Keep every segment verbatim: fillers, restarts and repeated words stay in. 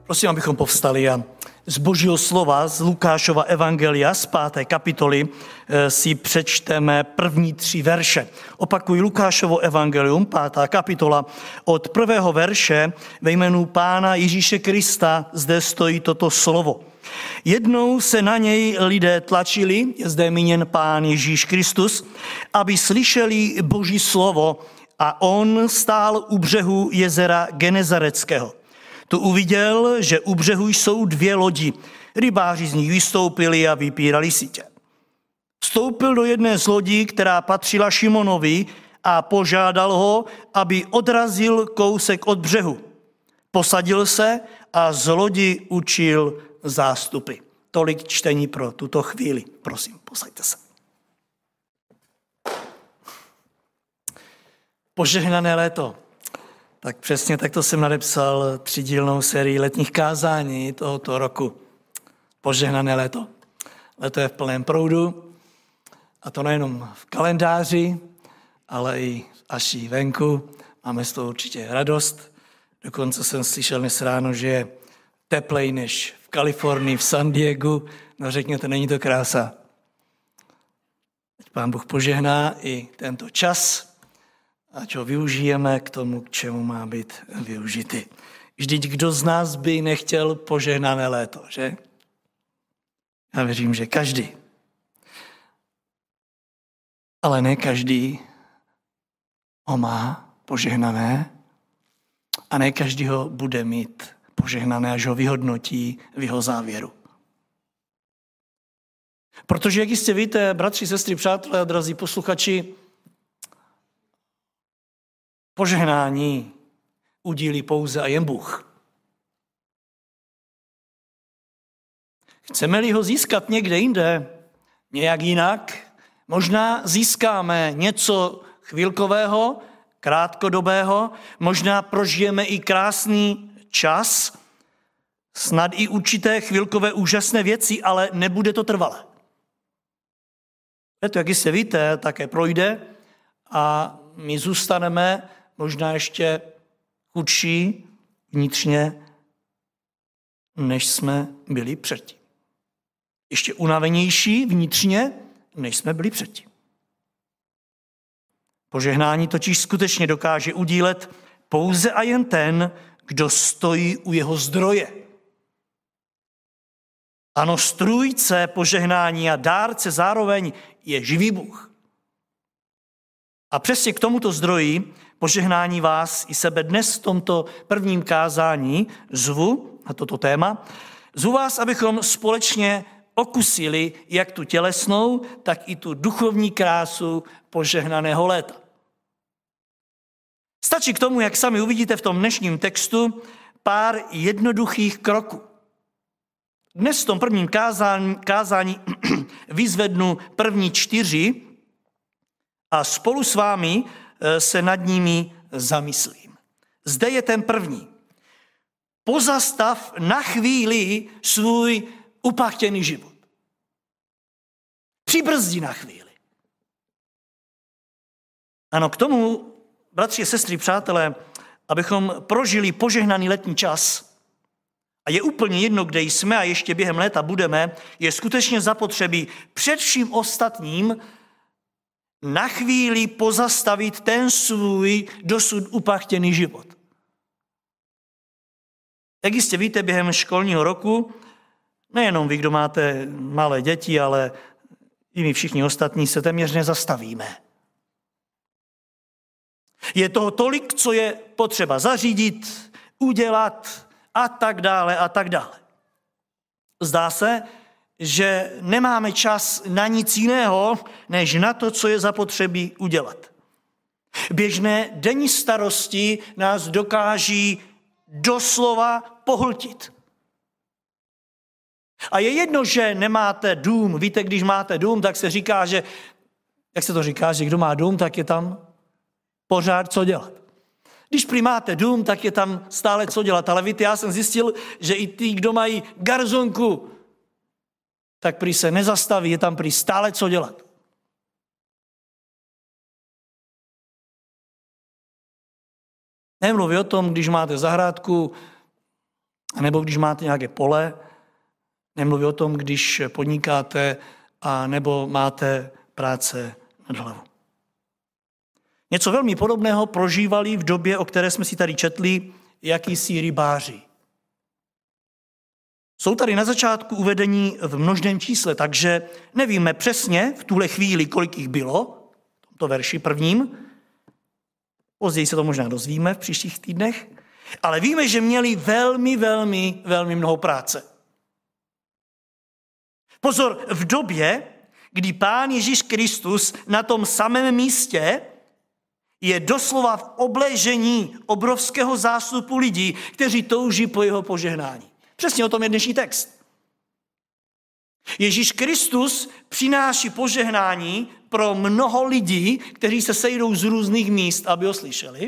Prosím, abychom povstali a z Božího slova, z Lukášova evangelia, z páté kapitoly, si přečteme první tři verše. Opakuji, Lukášovo evangelium, pátá kapitola, od prvého verše ve jménu Pána Ježíše Krista zde stojí toto slovo. Jednou se na něj lidé tlačili, je zde míněn Pán Ježíš Kristus, aby slyšeli Boží slovo, a on stál u břehu jezera Genezareckého. Tu uviděl, že u břehu jsou dvě lodi. Rybáři z nich vystoupili a vypírali sítě. Vstoupil do jedné z lodí, která patřila Šimonovi, a požádal ho, aby odrazil kousek od břehu. Posadil se a z lodi učil zástupy. Tolik čtení pro tuto chvíli. Prosím, posaďte se. Požehnané léto. Tak přesně takto jsem nadepsal třídílnou sérii letních kázání tohoto roku. Požehnané léto. Léto je v plném proudu, a to nejenom v kalendáři, ale i až i venku. Máme z toho určitě radost. Dokonce jsem slyšel dnes ráno, že je teplej než v Kalifornii, v San Diegu. No řekněte, není to krása. Ať Pán Bůh požehná i tento čas, ať ho využijeme k tomu, k čemu má být využity. Vždyť kdo z nás by nechtěl požehnané léto, že? Já věřím, že každý. Ale ne každý ho má požehnané a ne každý ho bude mít požehnané, až ho vyhodnotí v jeho závěru. Protože, jak jistě víte, bratři, sestry, přátelé a drazí posluchači, požehnání udílí pouze a jen Bůh. Chceme-li ho získat někde jinde, nějak jinak, možná získáme něco chvilkového, krátkodobého, možná prožijeme i krásný čas, snad i určité chvilkové úžasné věci, ale nebude to trvalé. To, jak jistě víte, také projde a my zůstaneme možná ještě chudší vnitřně, než jsme byli předtím. Ještě unavenější vnitřně, než jsme byli předtím. Požehnání totiž skutečně dokáže udílet pouze a jen ten, kdo stojí u jeho zdroje. Ano, strůjce požehnání a dárce zároveň je živý Bůh. A přesně k tomuto zdroji požehnání vás i sebe dnes v tomto prvním kázání zvu na toto téma. Zvu vás, abychom společně okusili jak tu tělesnou, tak i tu duchovní krásu požehnaného léta. Stačí k tomu, jak sami uvidíte v tom dnešním textu, pár jednoduchých kroků. Dnes v tom prvním kázání, kázání vyzvednu první čtyři a spolu s vámi se nad nimi zamyslím. Zde je ten první. Pozastav na chvíli svůj upachtěný život. Přibrzdi na chvíli. Ano, k tomu, bratři, sestry, přátelé, abychom prožili požehnaný letní čas, a je úplně jedno, kde jsme a ještě během léta budeme, je skutečně zapotřebí před vším ostatním na chvíli pozastavit ten svůj dosud upachtěný život. Jak jistě víte, během školního roku, nejenom vy, kdo máte malé děti, ale i my všichni ostatní se téměř nezastavíme. Je toho tolik, co je potřeba zařídit, udělat a tak dále a tak dále. Zdá se, že nemáme čas na nic jiného, než na to, co je zapotřebí udělat. Běžné denní starosti nás dokáží doslova pohltit. A je jedno, že nemáte dům. Víte, když máte dům, tak se říká, že, jak se to říká, že kdo má dům, tak je tam pořád co dělat. Když prý máte dům, tak je tam stále co dělat. Ale víte, já jsem zjistil, že i ty, kdo mají garzonku, tak prý se nezastaví, je tam prý stále co dělat. Nemluví o tom, když máte zahrádku A nebo když máte nějaké pole, nemluví o tom, když podnikáte, a nebo máte práce nad hlavu. Něco velmi podobného prožívali v době, o které jsme si tady četli, jakýsi rybáři. Jsou tady na začátku uvedení v množném čísle, takže nevíme přesně v tuhle chvíli, kolik jich bylo, v tomto verši prvním. Později se to možná dozvíme v příštích týdnech, ale víme, že měli velmi, velmi, velmi mnoho práce. Pozor, v době, kdy Pán Ježíš Kristus na tom samém místě je doslova v obležení obrovského zástupu lidí, kteří touží po jeho požehnání. Přesně o tom je dnešní text. Ježíš Kristus přináší požehnání pro mnoho lidí, kteří se sejdou z různých míst, aby ho slyšeli.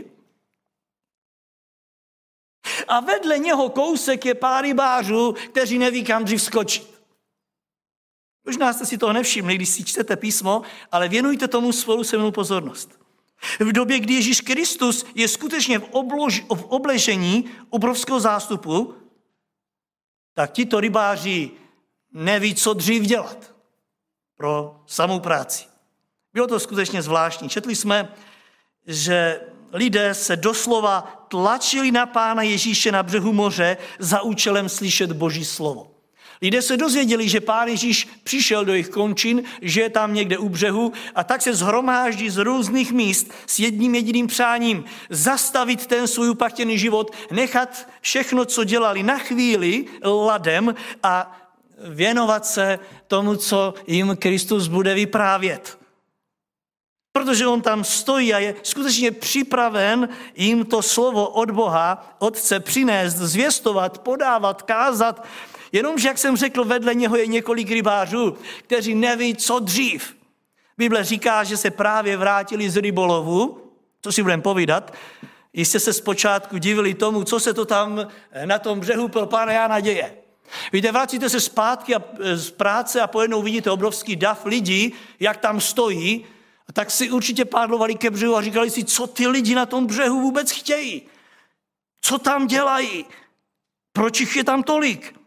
A vedle něho kousek je pár rybářů, kteří neví, kam dřív skočit. Možná jste si toho nevšimli, když si čtete písmo, ale věnujte tomu spolu se mnou pozornost. V době, kdy Ježíš Kristus je skutečně v, oblož, v obležení obrovského zástupu, tak tito rybáři neví, co dřív dělat pro samou práci. Bylo to skutečně zvláštní. Četli jsme, že lidé se doslova tlačili na Pána Ježíše na břehu moře za účelem slyšet Boží slovo. Lidé se dozvěděli, že Pán Ježíš přišel do jejich končin, že je tam někde u břehu, a tak se shromáždí z různých míst s jedním jediným přáním zastavit ten svůj upachtěný život, nechat všechno, co dělali, na chvíli ladem a věnovat se tomu, co jim Kristus bude vyprávět. Protože on tam stojí a je skutečně připraven jim to slovo od Boha, Otce, přinést, zvěstovat, podávat, kázat. Jenomže, jak jsem řekl, vedle něho je několik rybářů, kteří neví, co dřív. Bible říká, že se právě vrátili z rybolovu, co si budeme povídat. Jistě se zpočátku divili tomu, co se to tam na tom břehu pro Pána Jána děje. Víte, vracíte se zpátky a, z práce a pojednou vidíte obrovský dav lidí, jak tam stojí, a tak si určitě pádlovali ke břehu a říkali si, co ty lidi na tom břehu vůbec chtějí. Co tam dělají? Proč jich je tam tolik?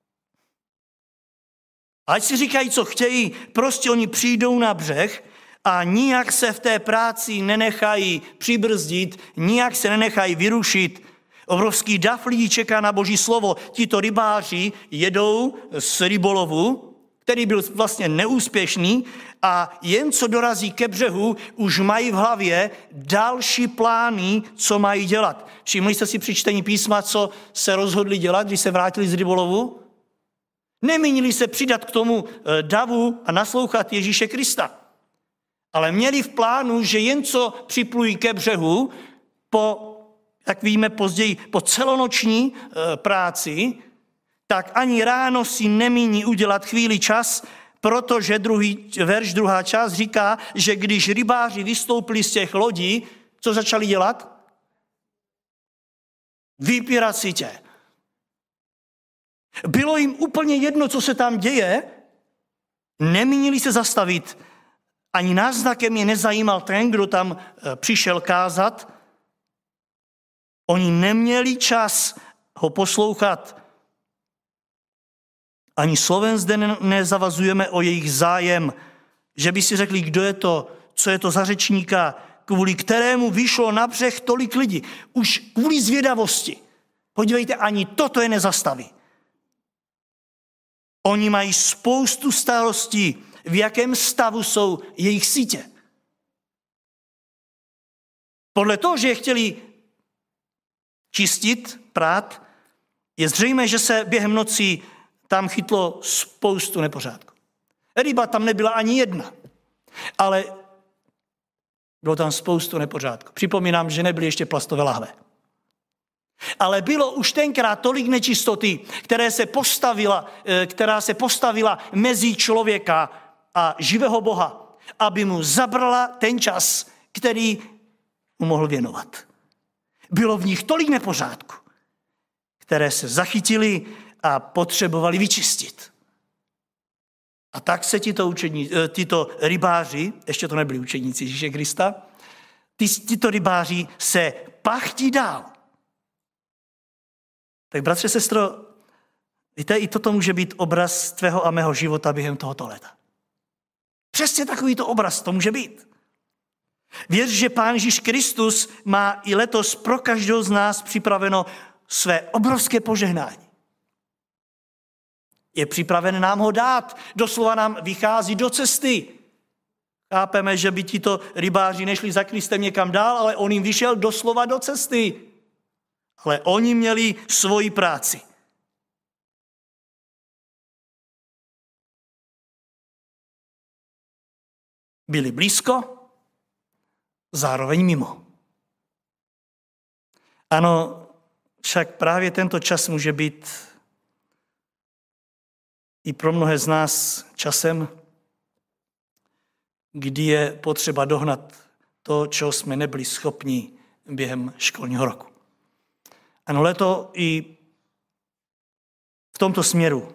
Ať si říkají, co chtějí, prostě oni přijdou na břeh a nijak se v té práci nenechají přibrzdit, nijak se nenechají vyrušit. Obrovský dav lidí čeká na Boží slovo. Tito rybáři jedou z rybolovu, který byl vlastně neúspěšný, a jen co dorazí ke břehu, už mají v hlavě další plány, co mají dělat. Všimli jste si při čtení písma, co se rozhodli dělat, když se vrátili z rybolovu? Nemínili se přidat k tomu davu a naslouchat Ježíše Krista. Ale měli v plánu, že jen co připlují ke břehu, po, jak víme později, po celonoční práci, tak ani ráno si nemíní udělat chvíli čas, protože druhý verš, druhá část říká, že když rybáři vystoupili z těch lodí, co začali dělat? Vypírat sítě. Bylo jim úplně jedno, co se tam děje, nemínili se zastavit. Ani náznakem je nezajímal ten, kdo tam přišel kázat. Oni neměli čas ho poslouchat. Ani slovem zde nezavazujeme o jejich zájem, že by si řekli, kdo je to, co je to za řečníka, kvůli kterému vyšlo na břeh tolik lidí. Už kvůli zvědavosti. Podívejte, ani toto je nezastaví. Oni mají spoustu starostí, v jakém stavu jsou jejich sítě. Podle toho, že je chtěli čistit, prát, je zřejmé, že se během noci tam chytlo spoustu nepořádku. Ryba tam nebyla ani jedna, ale bylo tam spoustu nepořádku. Připomínám, že nebyly ještě plastové lahve. Ale bylo už tenkrát tolik nečistoty, které se postavila, která se postavila mezi člověka a živého Boha, aby mu zabrala ten čas, který mu mohl věnovat. Bylo v nich tolik nepořádku, které se zachytili a potřebovali vyčistit. A tak se tito, učení, tito rybáři, ještě to nebyli učeníci Ježíše Krista, tito rybáři se pachtí dál. Tak bratře, sestro, víte, i toto může být obraz tvého a mého života během tohoto léta. Přesně takovýto obraz to může být. Věř, že Pán Ježíš Kristus má i letos pro každého z nás připraveno své obrovské požehnání. Je připraven nám ho dát, doslova nám vychází do cesty. Chápeme, že by tito rybáři nešli za Kristem někam dál, ale on jim vyšel doslova do cesty. Ale oni měli svoji práci. Byli blízko, zároveň mimo. Ano, však právě tento čas může být i pro mnohé z nás časem, kdy je potřeba dohnat to, čeho jsme nebyli schopni během školního roku. Ano, leto i v tomto směru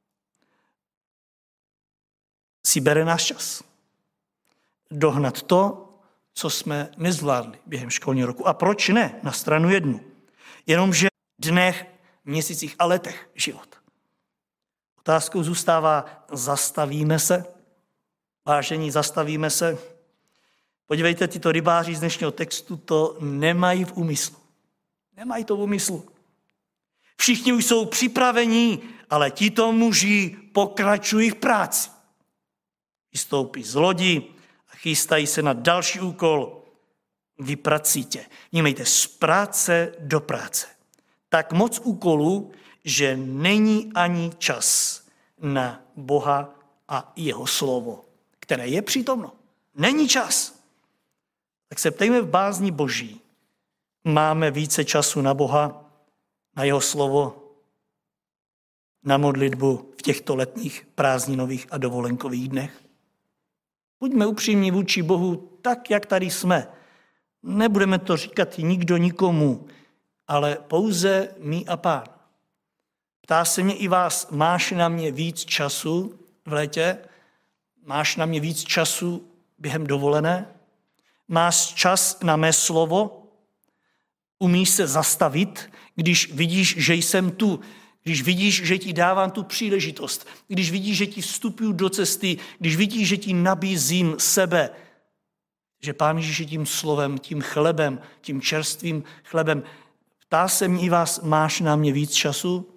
si bere náš čas. Dohnat to, co jsme nezvládli během školního roku. A proč ne? Na stranu jednu. Jenomže v dnech, měsících a letech život. Otázkou zůstává, zastavíme se? Vážení, zastavíme se? Podívejte, tyto rybáři z dnešního textu to nemají v úmyslu. Nemají to v úmyslu. Všichni už jsou připraveni, ale tito muži pokračují v práci. Vystoupí z lodi a chystají se na další úkol. Vypracíte. Vnímejte, z práce do práce. Tak moc úkolů, že není ani čas na Boha a jeho slovo, které je přítomno. Není čas. Tak se ptejme v bázni Boží. Máme více času na Boha, na jeho slovo, na modlitbu v těchto letních prázdninových a dovolenkových dnech? Buďme upřímní vůči Bohu tak, jak tady jsme. Nebudeme to říkat nikdo nikomu, ale pouze my a Pán. Ptá se mě i vás, máš na mě víc času v létě? Máš na mě víc času během dovolené? Máš čas na mé slovo? Umíš se zastavit, když vidíš, že jsem tu, když vidíš, že ti dávám tu příležitost, když vidíš, že ti vstupuju do cesty, když vidíš, že ti nabízím sebe, že Pán Ježíš je tím slovem, tím chlebem, tím čerstvým chlebem. Ptá se mě i vás, máš na mě víc času?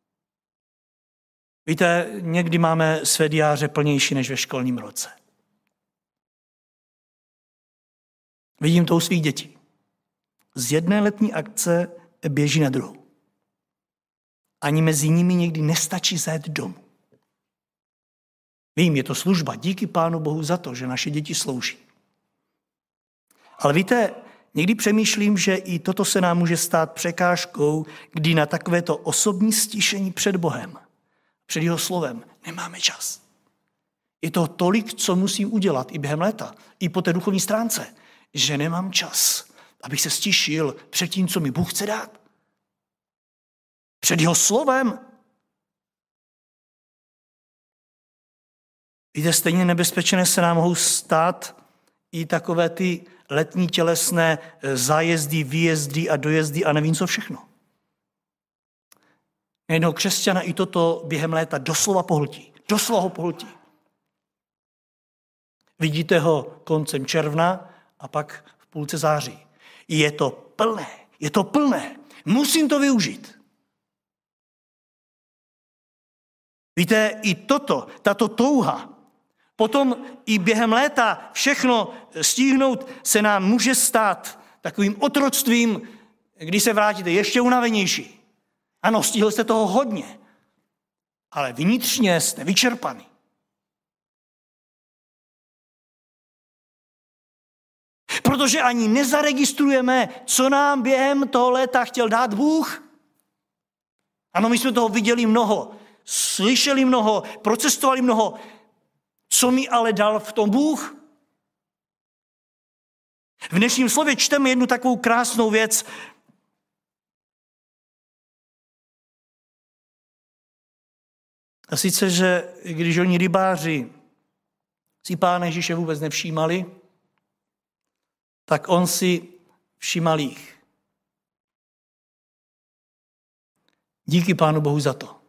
Víte, někdy máme své diáře plnější než ve školním roce. Vidím to u svých dětí. Z jedné letní akce běží na druhou. Ani mezi nimi někdy nestačí zajet domů. Vím, je to služba. Díky Pánu Bohu za to, že naše děti slouží. Ale víte, někdy přemýšlím, že i toto se nám může stát překážkou, kdy na takovéto osobní stišení před Bohem, před jeho slovem, nemáme čas. Je to tolik, co musím udělat i během léta, i po té duchovní stránce, že nemám čas, abych se stišil před tím, co mi Bůh chce dát. Před jeho slovem. Víte, stejně nebezpečné se nám mohou stát i takové ty letní tělesné zájezdy, výjezdy a dojezdy a nevím co všechno. Jednoho křesťana i toto během léta doslova pohltí. Doslova ho pohltí. Vidíte ho koncem června a pak v půlce září. Je to plné, je to plné. Musím to využít. Víte, i toto, tato touha, potom i během léta všechno stíhnout se nám může stát takovým otroctvím, kdy se vrátíte ještě unavenější. Ano, stihl jste toho hodně, ale vnitřně jste vyčerpaný. Protože ani nezaregistrujeme, co nám během toho léta chtěl dát Bůh. Ano, my jsme toho viděli mnoho, slyšeli mnoho, procestovali mnoho. Co mi ale dal v tom Bůh? V dnešním slově čteme jednu takovou krásnou věc. A sice, že když oni rybáři si Pána Ježíše vůbec nevšímali, tak on si všímal jich. Díky Pánu Bohu za to,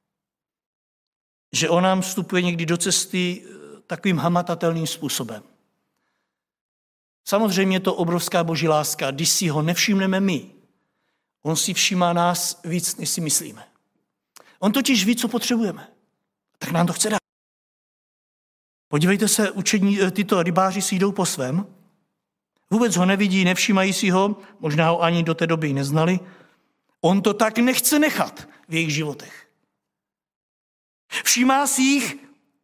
že on nám vstupuje někdy do cesty takovým hamatatelným způsobem. Samozřejmě je to obrovská boží láska, když si ho nevšimneme my. On si všímá nás víc, než si myslíme. On totiž ví, co potřebujeme. Tak nám to chce dát. Podívejte se, učení, tyto rybáři si jdou po svém. Vůbec ho nevidí, nevšímají si ho, možná ho ani do té doby neznali. On to tak nechce nechat v jejich životech. Všímá si jich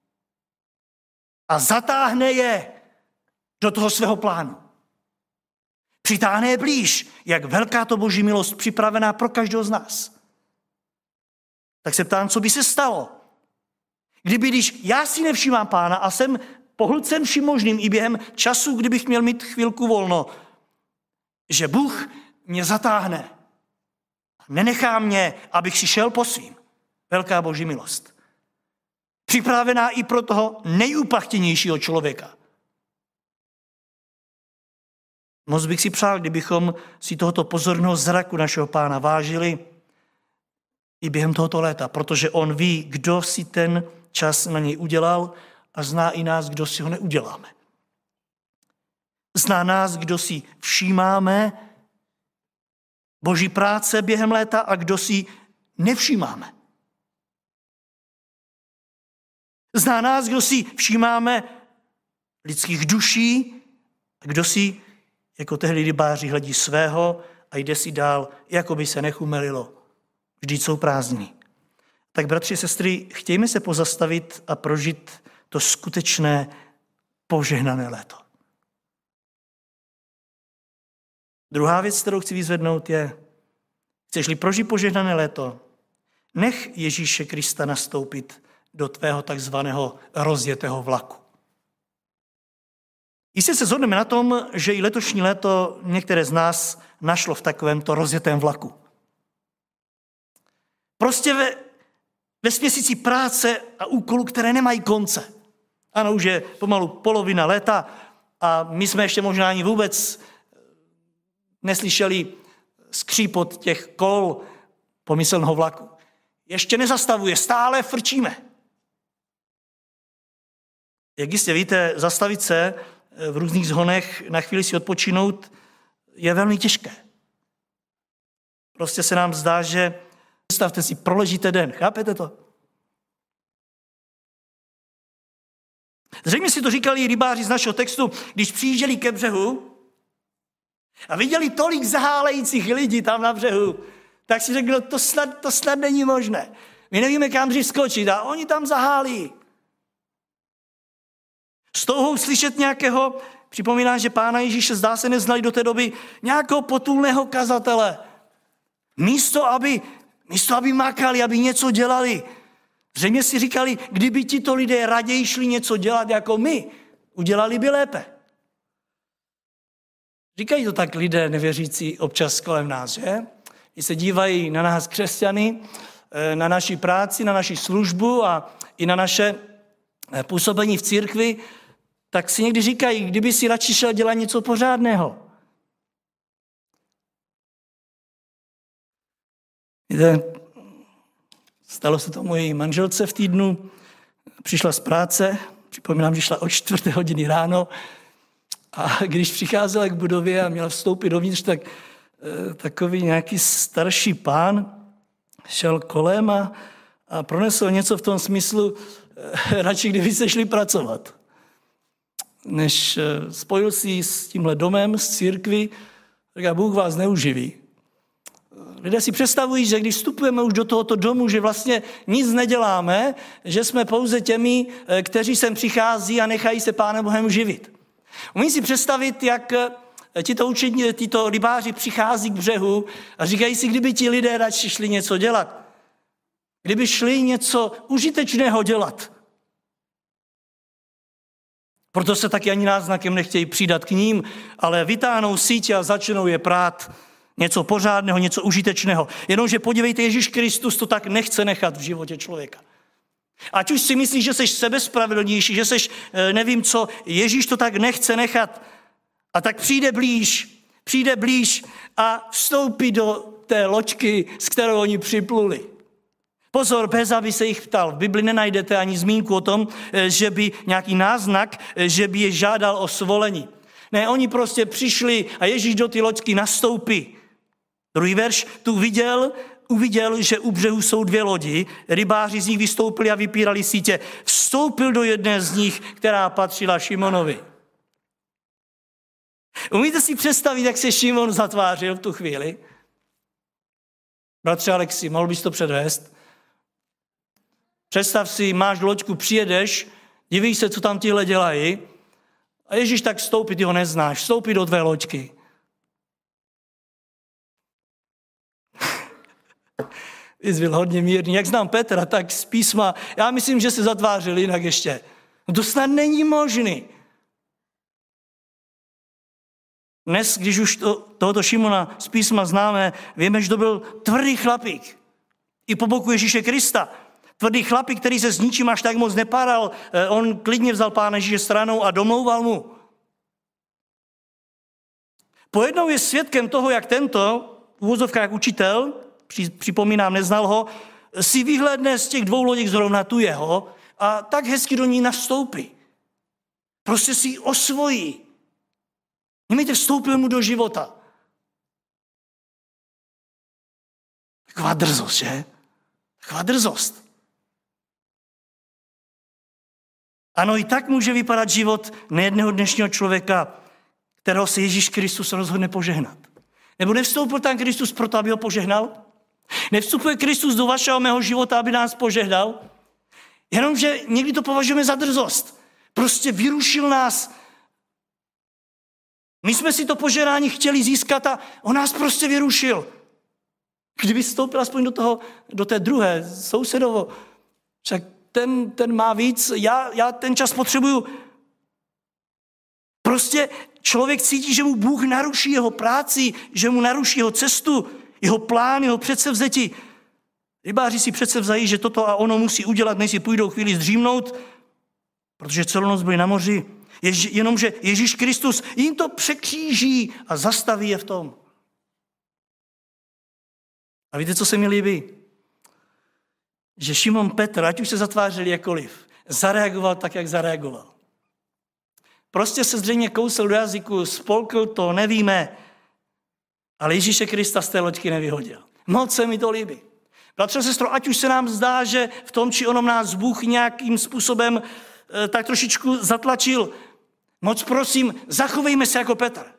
a zatáhne je do toho svého plánu. Přitáhne je blíž, jak velká to boží milost připravená pro každého z nás. Tak se ptám, co by se stalo, kdyby, když já si nevšímám Pána a jsem pohlcen vším možným i během času, kdybych měl mít chvilku volno, že Bůh mě zatáhne a nenechá mě, abych si šel po svým. Velká boží milost. Připravená i pro toho nejupachtěnějšího člověka. Moc bych si přál, kdybychom si tohoto pozorného zraku našeho Pána vážili i během tohoto léta, protože on ví, kdo si ten čas na něj udělal a zná i nás, kdo si ho neuděláme. Zná nás, kdo si všímáme boží práce během léta a kdo si nevšímáme. Zná nás, kdo si všímáme lidských duší a kdo si jako tehdy rybáři hledí svého a jde si dál, jako by se nechumelilo. Vždyť jsou prázdní. Tak bratři, sestry, chtějme se pozastavit a prožít to skutečné požehnané léto. Druhá věc, kterou chci vyzvednout, je, chceš-li prožít požehnané léto, nech Ježíše Krista nastoupit do tvého takzvaného rozjetého vlaku. Jistě se shodneme na tom, že i letošní léto některé z nás našlo v takovémto rozjetém vlaku. Prostě ve, ve směsici práce a úkolů, které nemají konce. Ano, už je pomalu polovina léta a my jsme ještě možná ani vůbec neslyšeli skřípot těch kol pomyslného vlaku. Ještě nezastavuje, stále frčíme. Jak jistě víte, zastavit se v různých zhonech, na chvíli si odpočinout, je velmi těžké. Prostě se nám zdá, že představte si, proležíte den, chápete to? Zřejmě si to říkali rybáři z našeho textu, když přijížděli ke břehu a viděli tolik zahálejících lidí tam na břehu, tak si řekli, no to snad, to snad není možné. My nevíme, kam dřív skočit a oni tam zahálí. S touhou slyšet nějakého, připomíná, že Pána Ježíše zdá se neznali do té doby, nějakého potulného kazatele. Místo, aby, místo, aby makali, aby něco dělali. Zřejmě si říkali, kdyby tito lidé raději šli něco dělat jako my, udělali by lépe. Říkají to tak lidé nevěřící občas kolem nás, že? Když se dívají na nás křesťany, na naši práci, na naši službu a i na naše působení v církvi, tak si někdy říkají, kdyby si radši šel dělat něco pořádného. Víte, stalo se to mojí manželce v týdnu, přišla z práce, připomínám, že šla o čtvrté hodiny ráno a když přicházela k budově a měla vstoupit dovnitř, tak takový nějaký starší pán šel kolem a, a pronesl něco v tom smyslu, radši kdyby se šli pracovat. Než spojil si s tímhle domem, s církví, říká, Bůh vás neuživí. Lidé si představují, že když vstupujeme už do tohoto domu, že vlastně nic neděláme, že jsme pouze těmi, kteří sem přichází a nechají se Pánem Bohem živit. Umím si představit, jak tito učení, tito rybáři přichází k břehu a říkají si, kdyby ti lidé radši šli něco dělat. Kdyby šli něco užitečného dělat. Proto se taky ani náznakem nechtějí přidat k ním, ale vytáhnou sítě a začnou je prát něco pořádného, něco užitečného. Jenomže podívejte, Ježíš Kristus to tak nechce nechat v životě člověka. Ať už si myslíš, že jsi sebespravedlnější, že jsi nevím co, Ježíš to tak nechce nechat. A tak přijde blíž, přijde blíž a vstoupí do té loďky, s kterou oni připluli. Pozor, bez aby se jich ptal. V Bibli nenajdete ani zmínku o tom, že by nějaký náznak, že by je žádal o svolení. Ne, oni prostě přišli a Ježíš do ty loďky nastoupí. Druhý verš tu viděl, uviděl, že u břehu jsou dvě lodi, rybáři z nich vystoupili a vypírali sítě. Vstoupil do jedné z nich, která patřila Šimonovi. Umíte si představit, jak se Šimon zatvářil v tu chvíli? Bratře Alexi, mohl bys to předvést? Představ si, máš loďku, přijedeš, divíš se, co tam tihle dělají a Ježíš tak vstoupí, ty ho neznáš, vstoupí do tvé loďky. Jsi byl hodně mírný. Jak znám Petra, tak z písma, já myslím, že se zatvářil jinak ještě. No to snad není možný. Dnes, když už to, tohoto Šimona z písma známe, víme, že to byl tvrdý chlapík. I po boku Ježíše Krista. Tvrdý chlapík, který se s ničím až tak moc nepáral. On klidně vzal Pána Ježíše stranou a domlouval mu. Pojednou je svědkem toho, jak tento, v uvozovkách učitel, připomínám, neznal ho, si vyhlédne z těch dvou lodí zrovna tu jeho a tak hezky do ní nastoupí. Prostě si ji osvojí. Nemějte, vstoupil mu do života. Taková drzost, že? Taková drzost. Ano, i tak může vypadat život nejedného dnešního člověka, kterého se Ježíš Kristus rozhodne požehnat. Nebo nevstoupil tam Kristus proto, aby ho požehnal? Nevstupuje Kristus do vašeho mého života, aby nás požehnal? Jenomže někdy to považujeme za drzost. Prostě vyrušil nás. My jsme si to požehnání chtěli získat a on nás prostě vyrušil. Kdyby vstoupil aspoň do toho, do té druhé, sousedovo, však ten, ten má víc, já, já ten čas potřebuju. Prostě člověk cítí, že mu Bůh naruší jeho práci, že mu naruší jeho cestu, jeho plán, jeho předsevzetí. Rybáři si předsevzají, že toto a ono musí udělat, než si půjdou chvíli zdřímnout, protože celou noc byli na moři. Jež, jenomže Ježíš Kristus jim to překříží a zastaví je v tom. A víte, co se mi líbí? Že Šimon Petr, ať už se zatvářil jakkoliv, zareagoval tak, jak zareagoval. Prostě se zřejmě kousl do jazyku, spolkl to, nevíme, ale Ježíše Krista z té loďky nevyhodil. Moc se mi to líbí. Bratře, sestro, ať už se nám zdá, že v tom či onom nás Bůh nějakým způsobem e, tak trošičku zatlačil, moc prosím, zachovejme se jako Petr.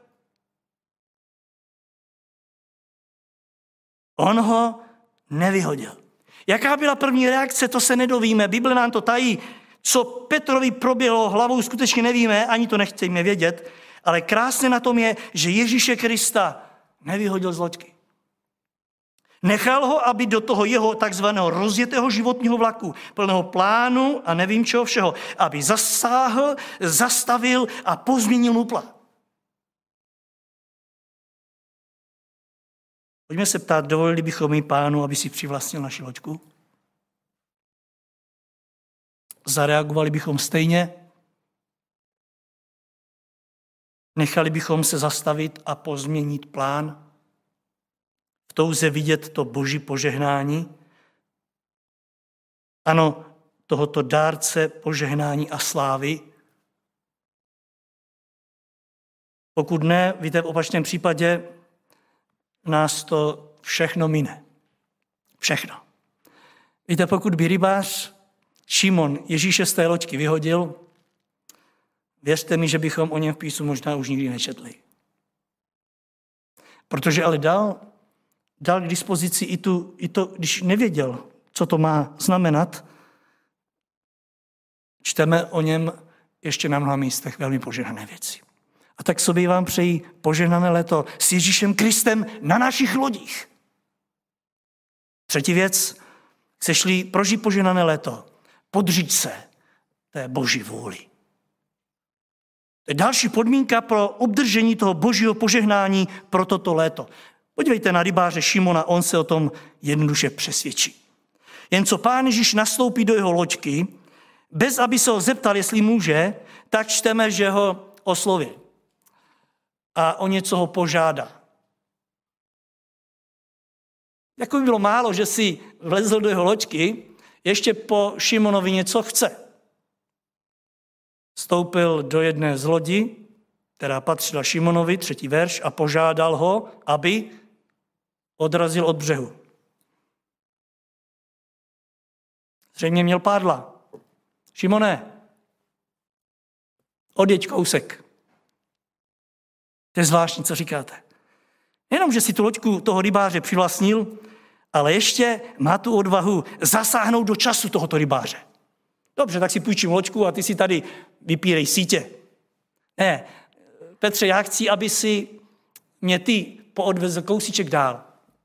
On ho nevyhodil. Jaká byla první reakce, to se nedovíme. Bible nám to tají. Co Petrovi proběhlo hlavou, skutečně nevíme, ani to nechceme vědět, ale krásné na tom je, že Ježíše Krista nevyhodil z loďky. Nechal ho, aby do toho jeho takzvaného rozjetého životního vlaku, plného plánu a nevím čeho všeho, aby zasáhl, zastavil a pozměnil mu plán. Pojďme se ptát, dovolili bychom jí Pánu, aby si přivlastnil naši loďku? Zareagovali bychom stejně? Nechali bychom se zastavit a pozměnit plán? V touze vidět to Boží požehnání? Ano, tohoto dárce požehnání a slávy? Pokud ne, víte, v opačném případě nás to všechno mine. Všechno. Víte, pokud by rybář Šimon Ježíše z té loďky vyhodil, věřte mi, že bychom o něm v písmu možná už nikdy nečetli. Protože ale dal, dal k dispozici i, tu, i to, když nevěděl, co to má znamenat, čteme o něm ještě na mnoha místech velmi požehnané věci. A tak sobě vám přeji požehnané léto s Ježíšem Kristem na našich lodích. Třetí věc, chceš-li prožít požehnané léto, podříď se té Boží vůli. To je další podmínka pro obdržení toho Božího požehnání pro toto léto. Podívejte na rybáře Šimona, on se o tom jednoduše přesvědčí. Jen co Pán Ježíš nastoupí do jeho loďky, bez aby se ho zeptal, jestli může, tak čteme, že ho osloví a o něco ho požádá. Jako by bylo málo, že si vlezl do jeho loďky, ještě po Šimonovi něco chce. Vstoupil do jedné z lodí, která patřila Šimonovi, třetí verš, a požádal ho, aby odrazil od břehu. Zřejmě měl pádla. Šimone, odjeď kousek. To je zvláštní, co říkáte. Jenom, že si tu loďku toho rybáře přivlastnil, ale ještě má tu odvahu zasáhnout do času tohoto rybáře. Dobře, tak si půjčím loďku a ty si tady vypírej sítě. Ne, Petře, já chci, aby si mě ty poodvezl kousíček dál.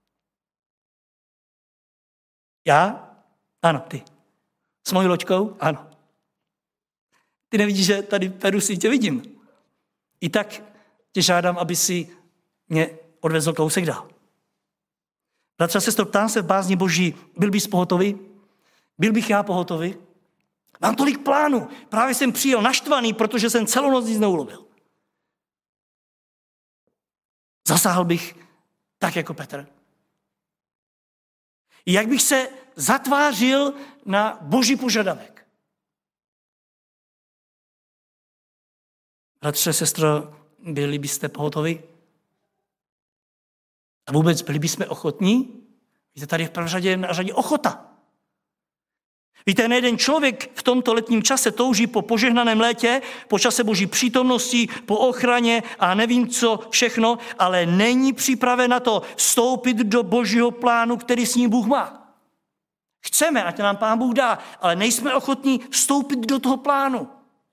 Já? Ano, ty. S mojí loďkou? Ano. Ty nevidíš, že tady peru sítě vidím. I tak tě žádám, aby si mě odvezl kousek dál. Bratře a sestro, ptám se v bázni Boží, byl bys pohotový? Byl bych já pohotový? Mám tolik plánů. Právě jsem přijel naštvaný, protože jsem celou noc nic neulovil. Zasáhl bych tak jako Petr. Jak bych se zatvářil na Boží požadavek. Bratře, sestro, byli byste pohotoví? A vůbec byli bychom ochotní? Víte, tady je v prvé řadě na řadě ochota. Víte, nejeden člověk v tomto letním čase touží po požehnaném létě, po čase Boží přítomnosti, po ochraně a nevím co všechno, ale není připraven na to vstoupit do Božího plánu, který s ním Bůh má. Chceme, ať nám Pán Bůh dá, ale nejsme ochotní vstoupit do toho plánu.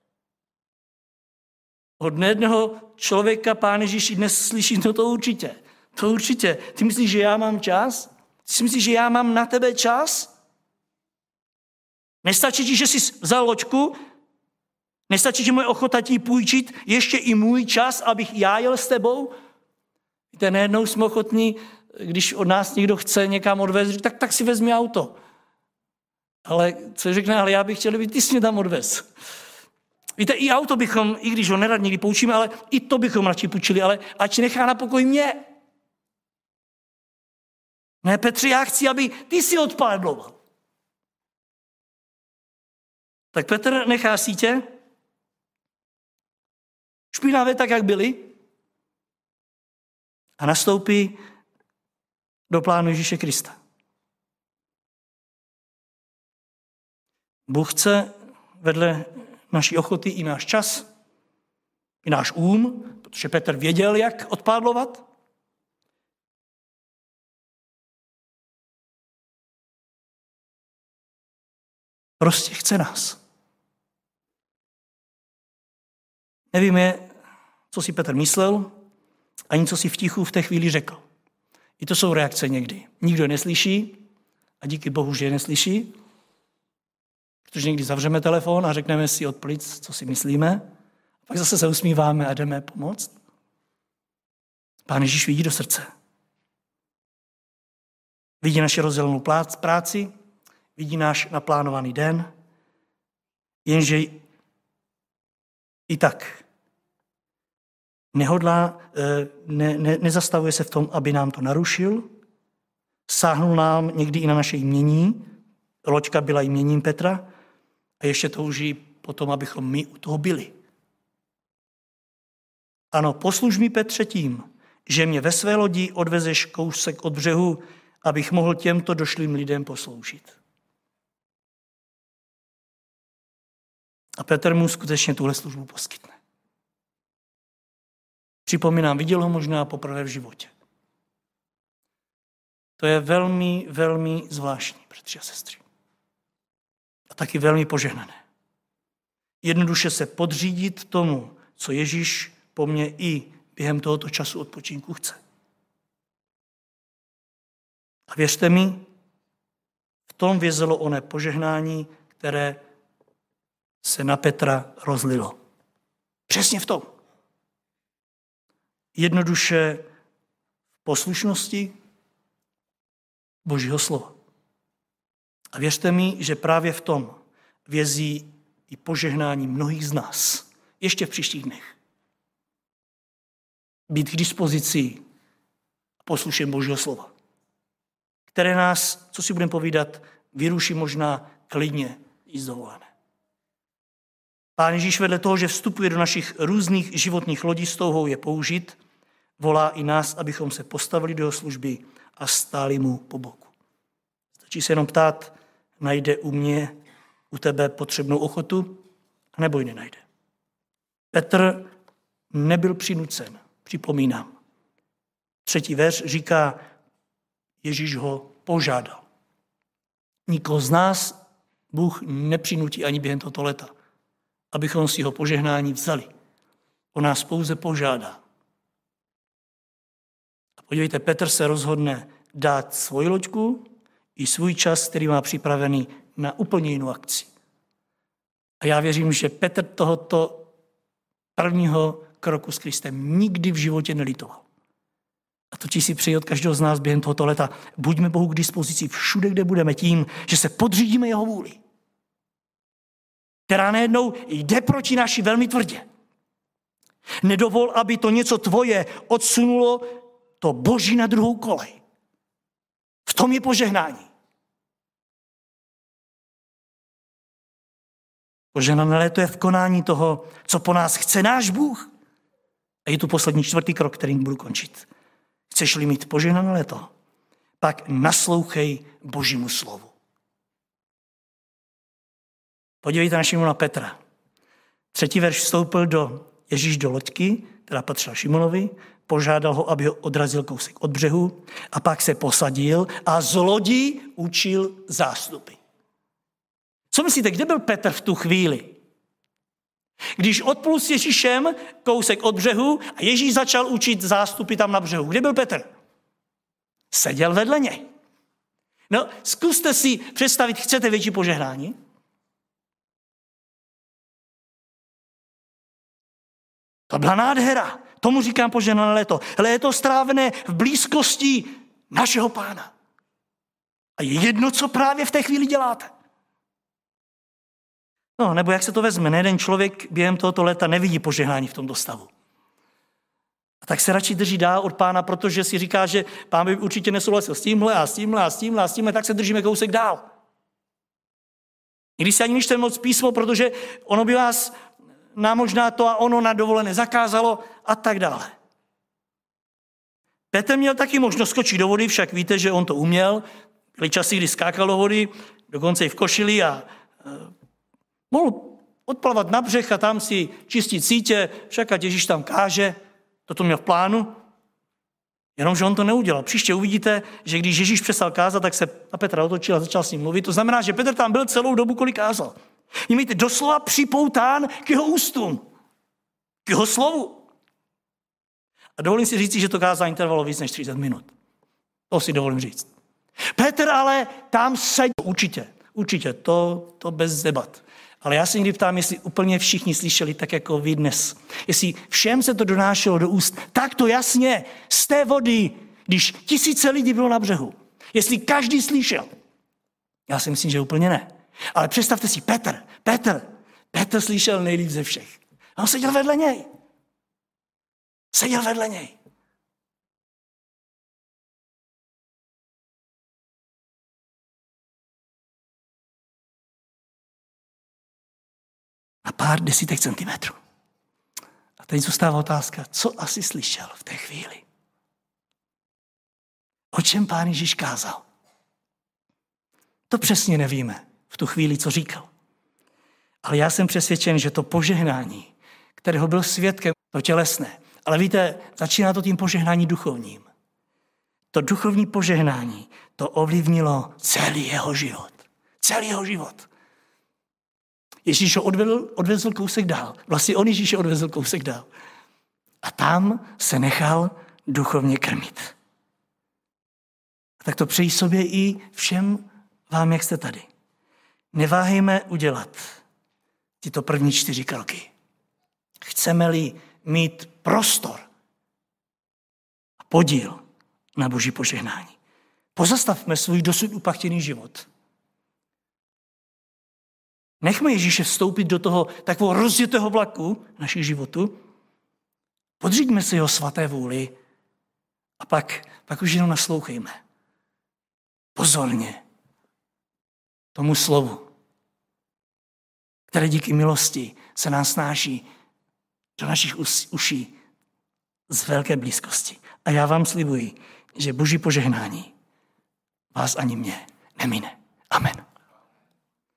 Od nejedného člověka Pán Ježíš dnes slyší, no to určitě, to určitě. Ty myslíš, že já mám čas? Ty si myslíš, že já mám na tebe čas? Nestačí ti, že jsi vzal loďku? Nestačí, že moje ochota ti půjčit ještě i můj čas, abych já jel s tebou? Víte, nejednou jsme ochotní, když od nás někdo chce někam odvést, tak, tak si vezmi auto. Ale co řekne, ale já bych chtěl, aby ty jsi mě tam odvez. Víte, i auto bychom, i když ho nerad někdy poučíme, ale i to bychom radši půjčili, ale ať nechá na pokoji mě. Ne, Petře, já chci, aby ty si odpádloval. Tak Petr nechá sítě, špinavé tak, jak byly, a nastoupí do plánu Ježíše Krista. Bůh chce vedle naší ochoty i náš čas, i náš um, protože Petr věděl, jak odpádlovat. Prostě chce nás. Nevíme, co si Petr myslel, ani co si v tichu v té chvíli řekl. I to jsou reakce někdy. Nikdo je neslyší a díky Bohu, že je neslyší, protože někdy zavřeme telefon a řekneme si od plic, co si myslíme, a pak zase se usmíváme a jdeme pomoct. Pán Ježíš vidí do srdce. Vidí naši rozdělenou práci, vidí náš naplánovaný den, jenže i tak nehodlá, ne, ne, nezastavuje se v tom, aby nám to narušil, sáhnul nám někdy i na naše jmění, loďka byla jměním Petra a ještě touží potom, abychom my u toho byli. Ano, posluž mi, Petře, tím, že mě ve své lodi odvezeš kousek od břehu, abych mohl těmto došlým lidem posloužit. A Petr mu skutečně tuhle službu poskytne. Připomínám, viděl ho možná poprvé v životě. To je velmi, velmi zvláštní, bratři a sestry. A taky velmi požehnané. Jednoduše se podřídit tomu, co Ježíš po mně i během tohoto času odpočinku chce. A věřte mi, v tom vězelo oné požehnání, které se na Petra rozlilo. Přesně v tom. Jednoduše v poslušnosti Božího slova. A věřte mi, že právě v tom vězí i požehnání mnohých z nás. Ještě v příštích dnech. Být k dispozici poslušem Božího slova, které nás, co si budeme povídat, vyruší možná klidně i z dovolené. Pán Ježíš vedle toho, že vstupuje do našich různých životních lodí s touhou je použít, volá i nás, abychom se postavili do jeho služby a stáli mu po boku. Stačí se jenom ptát, najde u mě, u tebe potřebnou ochotu, nebo ji nenajde. Petr nebyl přinucen, připomínám. Třetí verš říká, Ježíš ho požádal. Nikoho z nás Bůh nepřinutí ani během tohoto leta, abychom si ho požehnání vzali. On nás pouze požádá. A podívejte, Petr se rozhodne dát svoji loďku i svůj čas, který má připravený na úplně jinou akci. A já věřím, že Petr tohoto prvního kroku s Kristem nikdy v životě nelitoval. A to si přeji od každého z nás během tohoto leta. Buďme Bohu k dispozici všude, kde budeme, tím, že se podřídíme jeho vůli, která najednou jde proti naši velmi tvrdě. Nedovol, aby to něco tvoje odsunulo to Boží na druhou kolej. V tom je požehnání. Požehnané léto je v konání toho, co po nás chce náš Bůh. A je tu poslední čtvrtý krok, kterým budu končit. Chceš-li mít požehnané léto, pak naslouchej Božímu slovu. Podívejte na Šimona Petra. Třetí verš vstoupil do Ježíš do loďky, která patřila Šimonovi, požádal ho, aby ho odrazil kousek od břehu a pak se posadil a z lodí učil zástupy. Co myslíte, kde byl Petr v tu chvíli? Když odplul s Ježíšem kousek od břehu a Ježíš začal učit zástupy tam na břehu. Kde byl Petr? Seděl vedle něj. No, zkuste si představit, chcete větší požehnání? To byla nádhera. Tomu říkám požehnané léto. Léto strávené v blízkosti našeho Pána. A je jedno, co právě v té chvíli děláte. No, nebo jak se to vezme, nejeden člověk během tohoto léta nevidí požehnání v tomto stavu. A tak se radši drží dál od Pána, protože si říká, že Pán by určitě nesouhlasil s tímhle a s tímhle a s tímhle a s tímhle, tak se držíme kousek dál. I když si ani nečteme moc písmo, protože ono by vás nám možná to a ono na dovolené zakázalo a tak dále. Petr měl taky možnost skočit do vody, však víte, že on to uměl. Byly časy, kdy skákal do vody, dokonce i v košili a e, mohl odplavat na břeh a tam si čistit sítě, však ať Ježíš tam káže, toto měl v plánu. Jenomže on to neudělal. Příště uvidíte, že když Ježíš přestal kázat, tak se na Petra otočil a začal s ním mluvit. To znamená, že Petr tam byl celou dobu, kolik kázal. Mějte doslova připoután k jeho ústům, k jeho slovu. A dovolím si říct, že to kázání trvalo víc než třicet minut. To si dovolím říct. Petr ale tam seděl. Určitě, určitě, to, to bez debat. Ale já se někdy ptám, jestli úplně všichni slyšeli tak jako vy dnes. Jestli všem se to donášelo do úst tak to jasně z té vody, když tisíce lidí bylo na břehu. Jestli každý slyšel. Já si myslím, že úplně ne. Ale představte si, Petr, Petr, Petr slyšel nejlíp ze všech. A on seděl vedle něj. Seděl vedle něj. Na pár desítek centimetrů. A teď zůstává otázka, co asi slyšel v té chvíli? O čem Pán Ježíš kázal? To přesně nevíme v tu chvíli, co říkal. Ale já jsem přesvědčen, že to požehnání, kterého byl svědkem, to tělesné, ale víte, začíná to tím požehnání duchovním. To duchovní požehnání, to ovlivnilo celý jeho život. Celý jeho život. Ježíš ho odvedl, odvezl kousek dál. Vlastně on Ježíše odvezl kousek dál. A tam se nechal duchovně krmit. A tak to přeji sobě i všem vám, jak jste tady. Neváhejme udělat tyto první čtyři kroky. Chceme-li mít prostor a podíl na Boží požehnání. Pozastavme svůj dosud upachtěný život. Nechme Ježíše vstoupit do toho takového rozjetého vlaku našich životů. Podříďme se jeho svaté vůli a pak, pak už jenom naslouchejme. pozorně tomu slovu, které díky milosti se nás snáší do našich uší z velké blízkosti. A já vám slibuji, že Boží požehnání vás ani mě nemine. Amen.